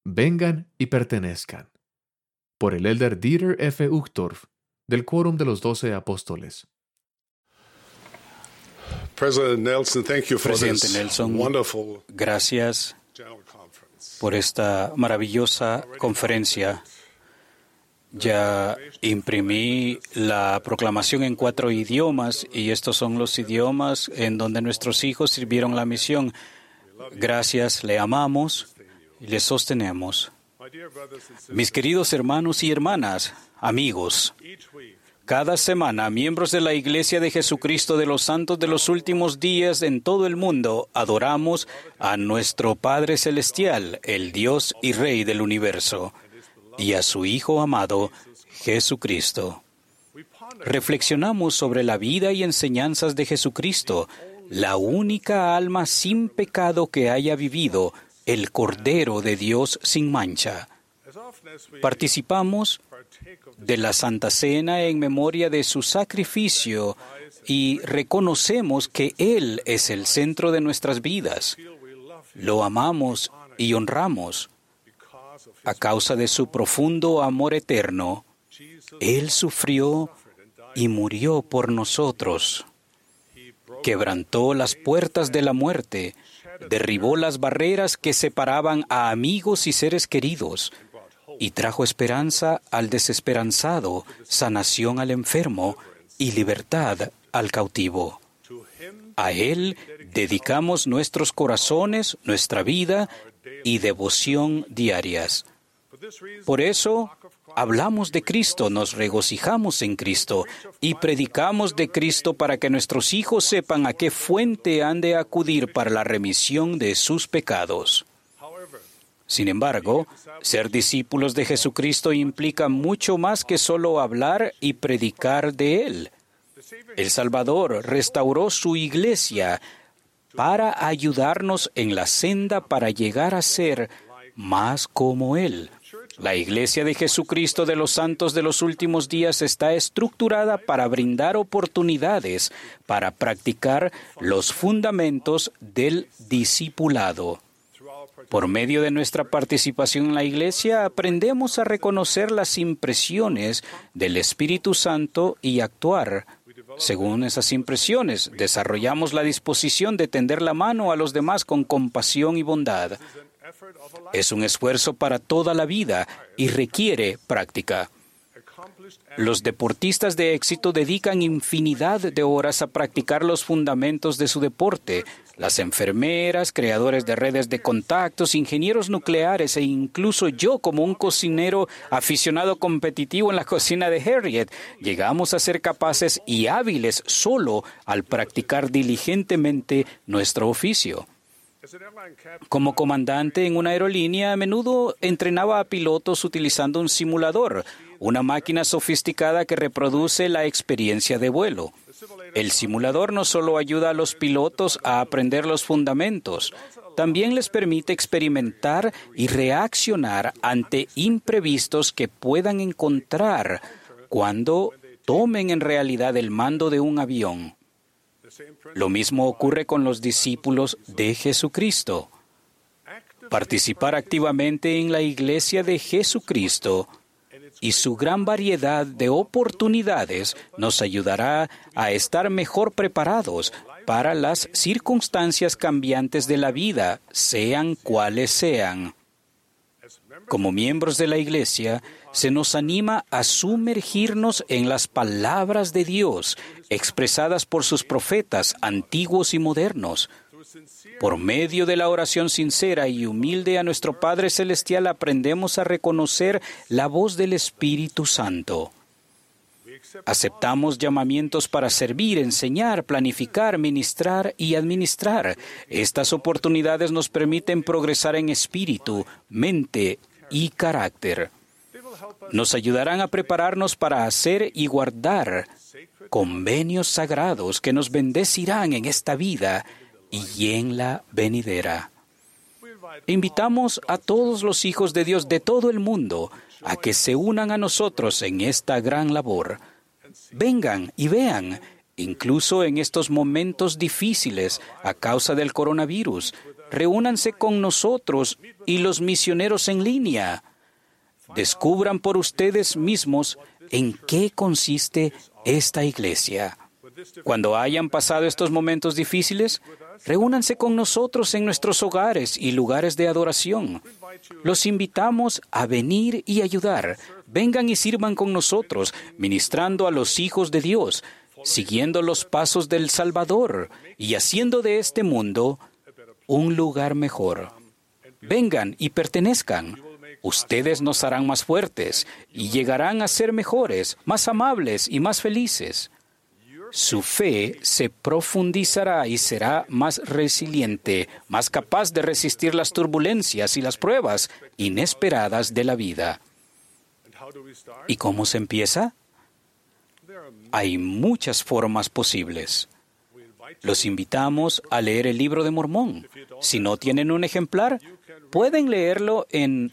Vengan y pertenezcan. Por el elder Dieter F. Uchtdorf, del Quórum de los 12 Apóstoles. Presidente Nelson, gracias por esta maravillosa conferencia. Ya imprimí la proclamación en 4 idiomas y estos son los idiomas en donde nuestros hijos sirvieron la misión. Gracias, le amamos y le sostenemos. Mis queridos hermanos y hermanas, amigos, cada semana, miembros de la Iglesia de Jesucristo de los Santos de los Últimos Días en todo el mundo, adoramos a nuestro Padre Celestial, el Dios y Rey del universo, y a su Hijo amado, Jesucristo. Reflexionamos sobre la vida y enseñanzas de Jesucristo, la única alma sin pecado que haya vivido, el Cordero de Dios sin mancha. Participamos de la Santa Cena en memoria de su sacrificio y reconocemos que Él es el centro de nuestras vidas. Lo amamos y honramos. A causa de su profundo amor eterno, Él sufrió y murió por nosotros. Quebrantó las puertas de la muerte, derribó las barreras que separaban a amigos y seres queridos, y trajo esperanza al desesperanzado, sanación al enfermo y libertad al cautivo. A Él dedicamos nuestros corazones, nuestra vida y devoción diarias. Por eso, hablamos de Cristo, nos regocijamos en Cristo y predicamos de Cristo para que nuestros hijos sepan a qué fuente han de acudir para la remisión de sus pecados. Sin embargo, ser discípulos de Jesucristo implica mucho más que solo hablar y predicar de Él. El Salvador restauró su iglesia para ayudarnos en la senda para llegar a ser más como Él. La Iglesia de Jesucristo de los Santos de los Últimos Días está estructurada para brindar oportunidades para practicar los fundamentos del discipulado. Por medio de nuestra participación en la Iglesia, aprendemos a reconocer las impresiones del Espíritu Santo y actuar según esas impresiones. Desarrollamos la disposición de tender la mano a los demás con compasión y bondad. Es un esfuerzo para toda la vida y requiere práctica. Los deportistas de éxito dedican infinidad de horas a practicar los fundamentos de su deporte. Las enfermeras, creadores de redes de contactos, ingenieros nucleares e incluso yo, como un cocinero aficionado competitivo en la cocina de Harriet, llegamos a ser capaces y hábiles solo al practicar diligentemente nuestro oficio. Como comandante en una aerolínea, a menudo entrenaba a pilotos utilizando un simulador, una máquina sofisticada que reproduce la experiencia de vuelo. El simulador no solo ayuda a los pilotos a aprender los fundamentos, también les permite experimentar y reaccionar ante imprevistos que puedan encontrar cuando tomen en realidad el mando de un avión. Lo mismo ocurre con los discípulos de Jesucristo. Participar activamente en la Iglesia de Jesucristo y su gran variedad de oportunidades nos ayudará a estar mejor preparados para las circunstancias cambiantes de la vida, sean cuales sean. Como miembros de la Iglesia, se nos anima a sumergirnos en las palabras de Dios, expresadas por sus profetas antiguos y modernos. Por medio de la oración sincera y humilde a nuestro Padre Celestial, aprendemos a reconocer la voz del Espíritu Santo. Aceptamos llamamientos para servir, enseñar, planificar, ministrar y administrar. Estas oportunidades nos permiten progresar en espíritu, mente y carácter. Nos ayudarán a prepararnos para hacer y guardar convenios sagrados que nos bendecirán en esta vida y en la venidera. Invitamos a todos los hijos de Dios de todo el mundo a que se unan a nosotros en esta gran labor. Vengan y vean, incluso en estos momentos difíciles a causa del coronavirus, reúnanse con nosotros y los misioneros en línea. Descubran por ustedes mismos en qué consiste esta iglesia. Cuando hayan pasado estos momentos difíciles, reúnanse con nosotros en nuestros hogares y lugares de adoración. Los invitamos a venir y ayudar. Vengan y sirvan con nosotros, ministrando a los hijos de Dios, siguiendo los pasos del Salvador y haciendo de este mundo un lugar mejor. Vengan y pertenezcan. Ustedes nos harán más fuertes y llegarán a ser mejores, más amables y más felices. Su fe se profundizará y será más resiliente, más capaz de resistir las turbulencias y las pruebas inesperadas de la vida. ¿Y cómo se empieza? Hay muchas formas posibles. Los invitamos a leer el Libro de Mormón. Si no tienen un ejemplar, pueden leerlo en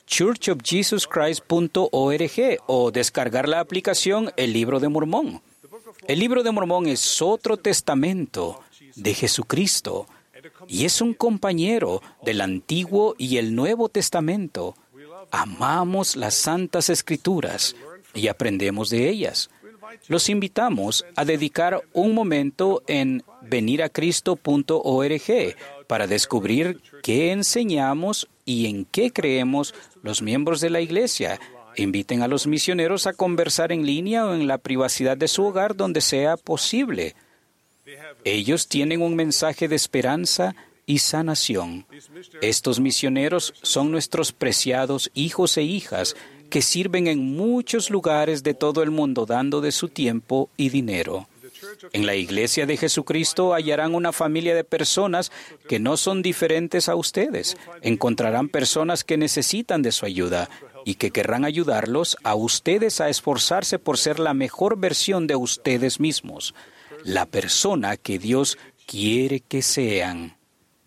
churchofjesuschrist.org o descargar la aplicación El Libro de Mormón. El Libro de Mormón es otro testamento de Jesucristo y es un compañero del Antiguo y el Nuevo Testamento. Amamos las Santas Escrituras y aprendemos de ellas. Los invitamos a dedicar un momento en veniracristo.org para descubrir qué enseñamos y en qué creemos los miembros de la Iglesia. Inviten a los misioneros a conversar en línea o en la privacidad de su hogar donde sea posible. Ellos tienen un mensaje de esperanza y sanación. Estos misioneros son nuestros preciados hijos e hijas que sirven en muchos lugares de todo el mundo dando de su tiempo y dinero. En la Iglesia de Jesucristo hallarán una familia de personas que no son diferentes a ustedes. Encontrarán personas que necesitan de su ayuda y que querrán ayudarlos a ustedes a esforzarse por ser la mejor versión de ustedes mismos, la persona que Dios quiere que sean.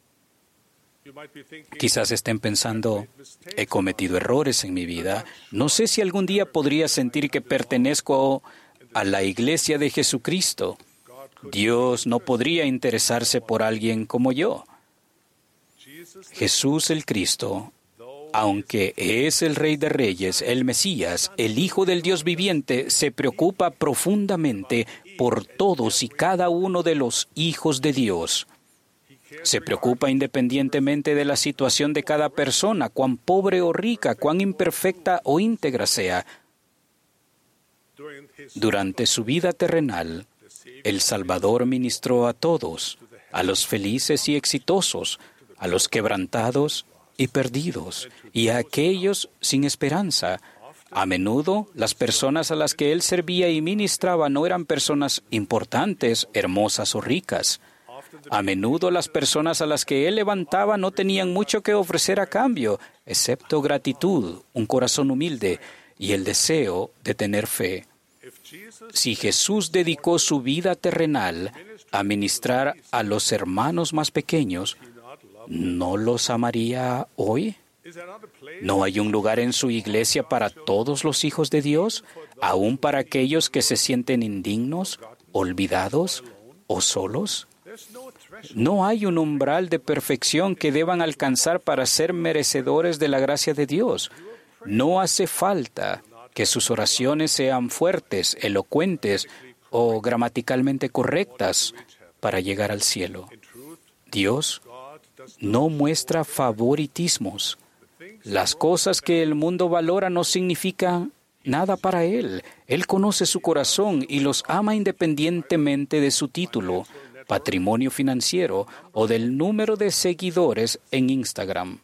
Quizás estén pensando, he cometido errores en mi vida. No sé si algún día podría sentir que pertenezco a la Iglesia de Jesucristo. Dios no podría interesarse por alguien como yo. Jesús el Cristo, aunque es el Rey de Reyes, el Mesías, el Hijo del Dios viviente, se preocupa profundamente por todos y cada uno de los hijos de Dios. Se preocupa independientemente de la situación de cada persona, cuán pobre o rica, cuán imperfecta o íntegra sea. Durante su vida terrenal, el Salvador ministró a todos, a los felices y exitosos, a los quebrantados y perdidos, y a aquellos sin esperanza. A menudo, las personas a las que él servía y ministraba no eran personas importantes, hermosas o ricas. A menudo, las personas a las que él levantaba no tenían mucho que ofrecer a cambio, excepto gratitud, un corazón humilde y el deseo de tener fe. Si Jesús dedicó su vida terrenal a ministrar a los hermanos más pequeños, ¿no los amaría hoy? ¿No hay un lugar en su iglesia para todos los hijos de Dios, aún para aquellos que se sienten indignos, olvidados o solos? No hay un umbral de perfección que deban alcanzar para ser merecedores de la gracia de Dios. No hace falta que sus oraciones sean fuertes, elocuentes o gramaticalmente correctas para llegar al cielo. Dios no muestra favoritismos. Las cosas que el mundo valora no significan nada para Él. Él conoce su corazón y los ama independientemente de su título, patrimonio financiero o del número de seguidores en Instagram.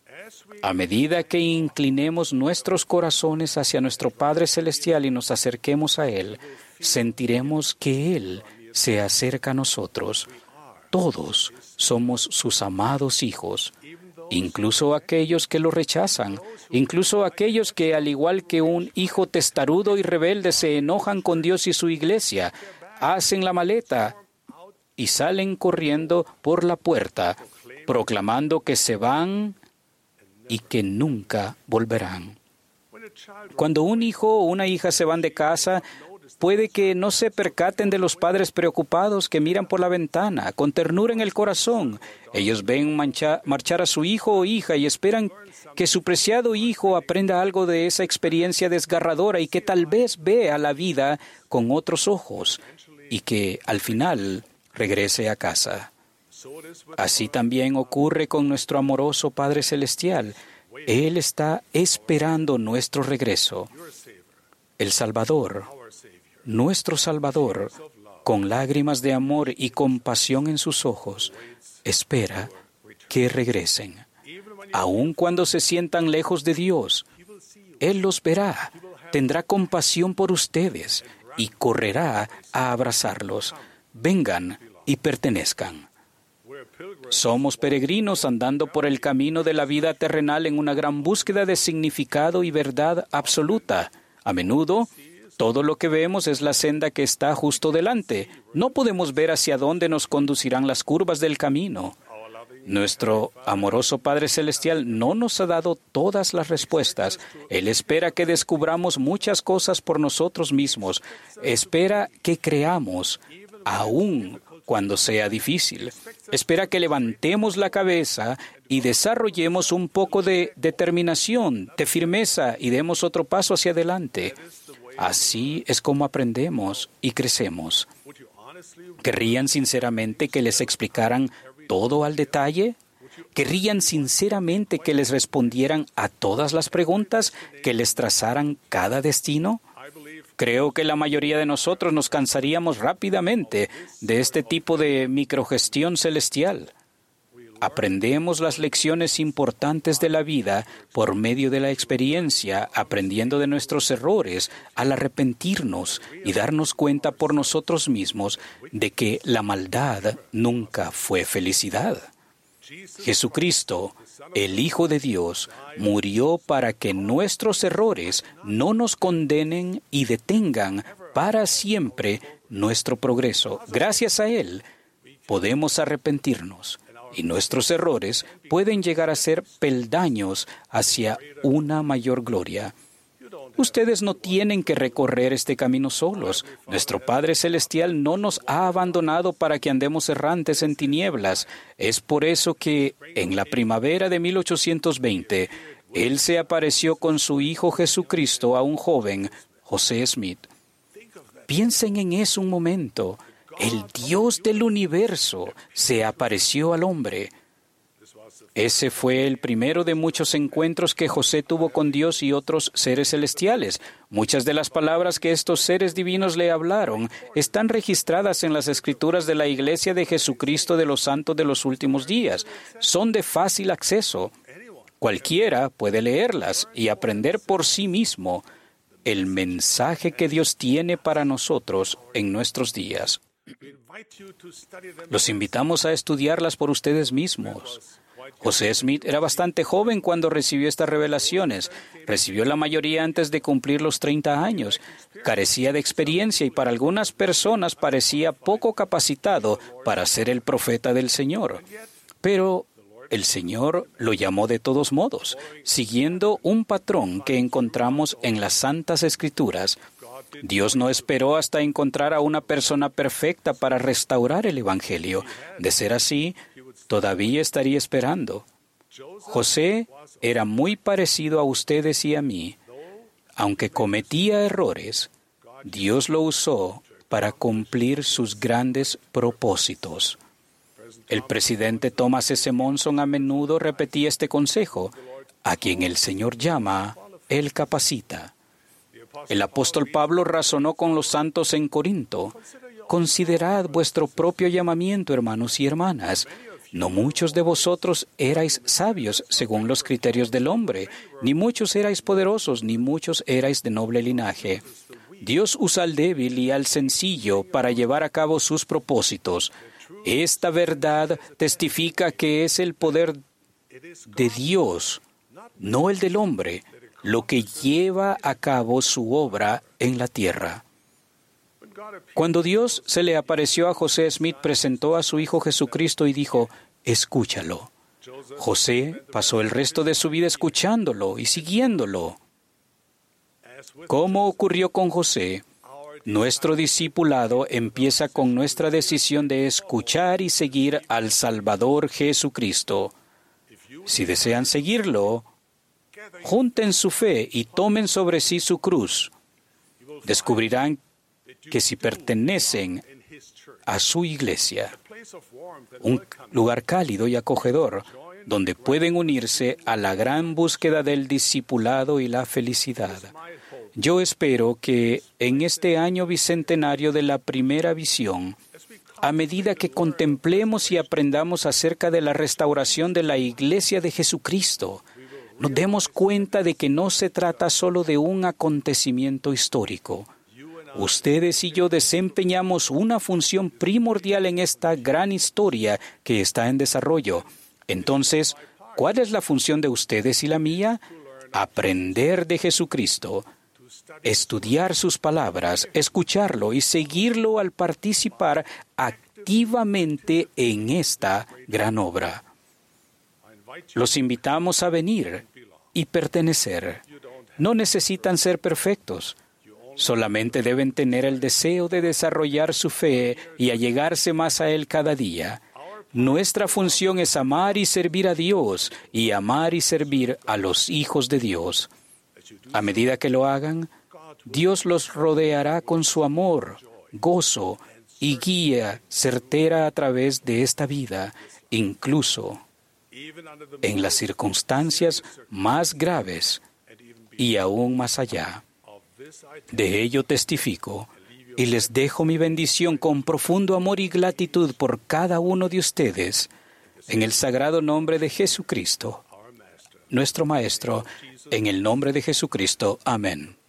A medida que inclinemos nuestros corazones hacia nuestro Padre Celestial y nos acerquemos a Él, sentiremos que Él se acerca a nosotros. Todos somos sus amados hijos, incluso aquellos que lo rechazan, incluso aquellos que, al igual que un hijo testarudo y rebelde, se enojan con Dios y su iglesia, hacen la maleta y salen corriendo por la puerta, proclamando que se van y que nunca volverán. Cuando un hijo o una hija se van de casa, Puede que no se percaten de los padres preocupados que miran por la ventana, con ternura en el corazón. Ellos ven marchar a su hijo o hija y esperan que su preciado hijo aprenda algo de esa experiencia desgarradora y que tal vez vea la vida con otros ojos y que al final regrese a casa. Así también ocurre con nuestro amoroso Padre Celestial. Él está esperando nuestro regreso. El Salvador, nuestro Salvador, con lágrimas de amor y compasión en sus ojos, espera que regresen. Aun cuando se sientan lejos de Dios, Él los verá, tendrá compasión por ustedes y correrá a abrazarlos. Vengan y pertenezcan. Somos peregrinos andando por el camino de la vida terrenal en una gran búsqueda de significado y verdad absoluta. A menudo, todo lo que vemos es la senda que está justo delante. No podemos ver hacia dónde nos conducirán las curvas del camino. Nuestro amoroso Padre Celestial no nos ha dado todas las respuestas. Él espera que descubramos muchas cosas por nosotros mismos. Espera que creamos, aún cuando sea difícil. Espera que levantemos la cabeza y desarrollemos un poco de determinación, de firmeza y demos otro paso hacia adelante. Así es como aprendemos y crecemos. ¿Querrían sinceramente que les explicaran todo al detalle? ¿Querrían sinceramente que les respondieran a todas las preguntas, que les trazaran cada destino? Creo que la mayoría de nosotros nos cansaríamos rápidamente de este tipo de microgestión celestial. Aprendemos las lecciones importantes de la vida por medio de la experiencia, aprendiendo de nuestros errores al arrepentirnos y darnos cuenta por nosotros mismos de que la maldad nunca fue felicidad. Jesucristo, el Hijo de Dios, murió para que nuestros errores no nos condenen y detengan para siempre nuestro progreso. Gracias a Él podemos arrepentirnos y nuestros errores pueden llegar a ser peldaños hacia una mayor gloria. Ustedes no tienen que recorrer este camino solos. Nuestro Padre Celestial no nos ha abandonado para que andemos errantes en tinieblas. Es por eso que, en la primavera de 1820, Él se apareció con su Hijo Jesucristo a un joven, José Smith. Piensen en eso un momento. El Dios del universo se apareció al hombre. Ese fue el primero de muchos encuentros que José tuvo con Dios y otros seres celestiales. Muchas de las palabras que estos seres divinos le hablaron están registradas en las Escrituras de la Iglesia de Jesucristo de los Santos de los Últimos Días. Son de fácil acceso. Cualquiera puede leerlas y aprender por sí mismo el mensaje que Dios tiene para nosotros en nuestros días. Los invitamos a estudiarlas por ustedes mismos. José Smith era bastante joven cuando recibió estas revelaciones. Recibió la mayoría antes de cumplir los 30 años. Carecía de experiencia y para algunas personas parecía poco capacitado para ser el profeta del Señor. Pero el Señor lo llamó de todos modos, siguiendo un patrón que encontramos en las Santas Escrituras. Dios no esperó hasta encontrar a una persona perfecta para restaurar el Evangelio. De ser así, todavía estaría esperando. José era muy parecido a ustedes y a mí. Aunque cometía errores, Dios lo usó para cumplir sus grandes propósitos. El presidente Thomas S. Monson a menudo repetía este consejo: a quien el Señor llama, Él capacita. El apóstol Pablo razonó con los santos en Corinto: considerad vuestro propio llamamiento, hermanos y hermanas. No muchos de vosotros erais sabios según los criterios del hombre, ni muchos erais poderosos, ni muchos erais de noble linaje. Dios usa al débil y al sencillo para llevar a cabo sus propósitos. Esta verdad testifica que es el poder de Dios, no el del hombre, lo que lleva a cabo su obra en la tierra. Cuando Dios se le apareció a José Smith, presentó a su Hijo Jesucristo y dijo: escúchalo. José pasó el resto de su vida escuchándolo y siguiéndolo. ¿Cómo ocurrió con José? Nuestro discipulado empieza con nuestra decisión de escuchar y seguir al Salvador Jesucristo. Si desean seguirlo, junten su fe y tomen sobre sí su cruz. Descubrirán que si pertenecen a su iglesia, un lugar cálido y acogedor, donde pueden unirse a la gran búsqueda del discipulado y la felicidad. Yo espero que en este año bicentenario de la primera visión, a medida que contemplemos y aprendamos acerca de la restauración de la Iglesia de Jesucristo, nos demos cuenta de que no se trata solo de un acontecimiento histórico. Ustedes y yo desempeñamos una función primordial en esta gran historia que está en desarrollo. Entonces, ¿cuál es la función de ustedes y la mía? Aprender de Jesucristo, estudiar sus palabras, escucharlo y seguirlo al participar activamente en esta gran obra. Los invitamos a venir y pertenecer. No necesitan ser perfectos. Solamente deben tener el deseo de desarrollar su fe y allegarse más a Él cada día. Nuestra función es amar y servir a Dios y amar y servir a los hijos de Dios. A medida que lo hagan, Dios los rodeará con su amor, gozo y guía certera a través de esta vida, incluso en las circunstancias más graves y aún más allá. De ello testifico y les dejo mi bendición con profundo amor y gratitud por cada uno de ustedes, en el sagrado nombre de Jesucristo, nuestro Maestro, en el nombre de Jesucristo. Amén.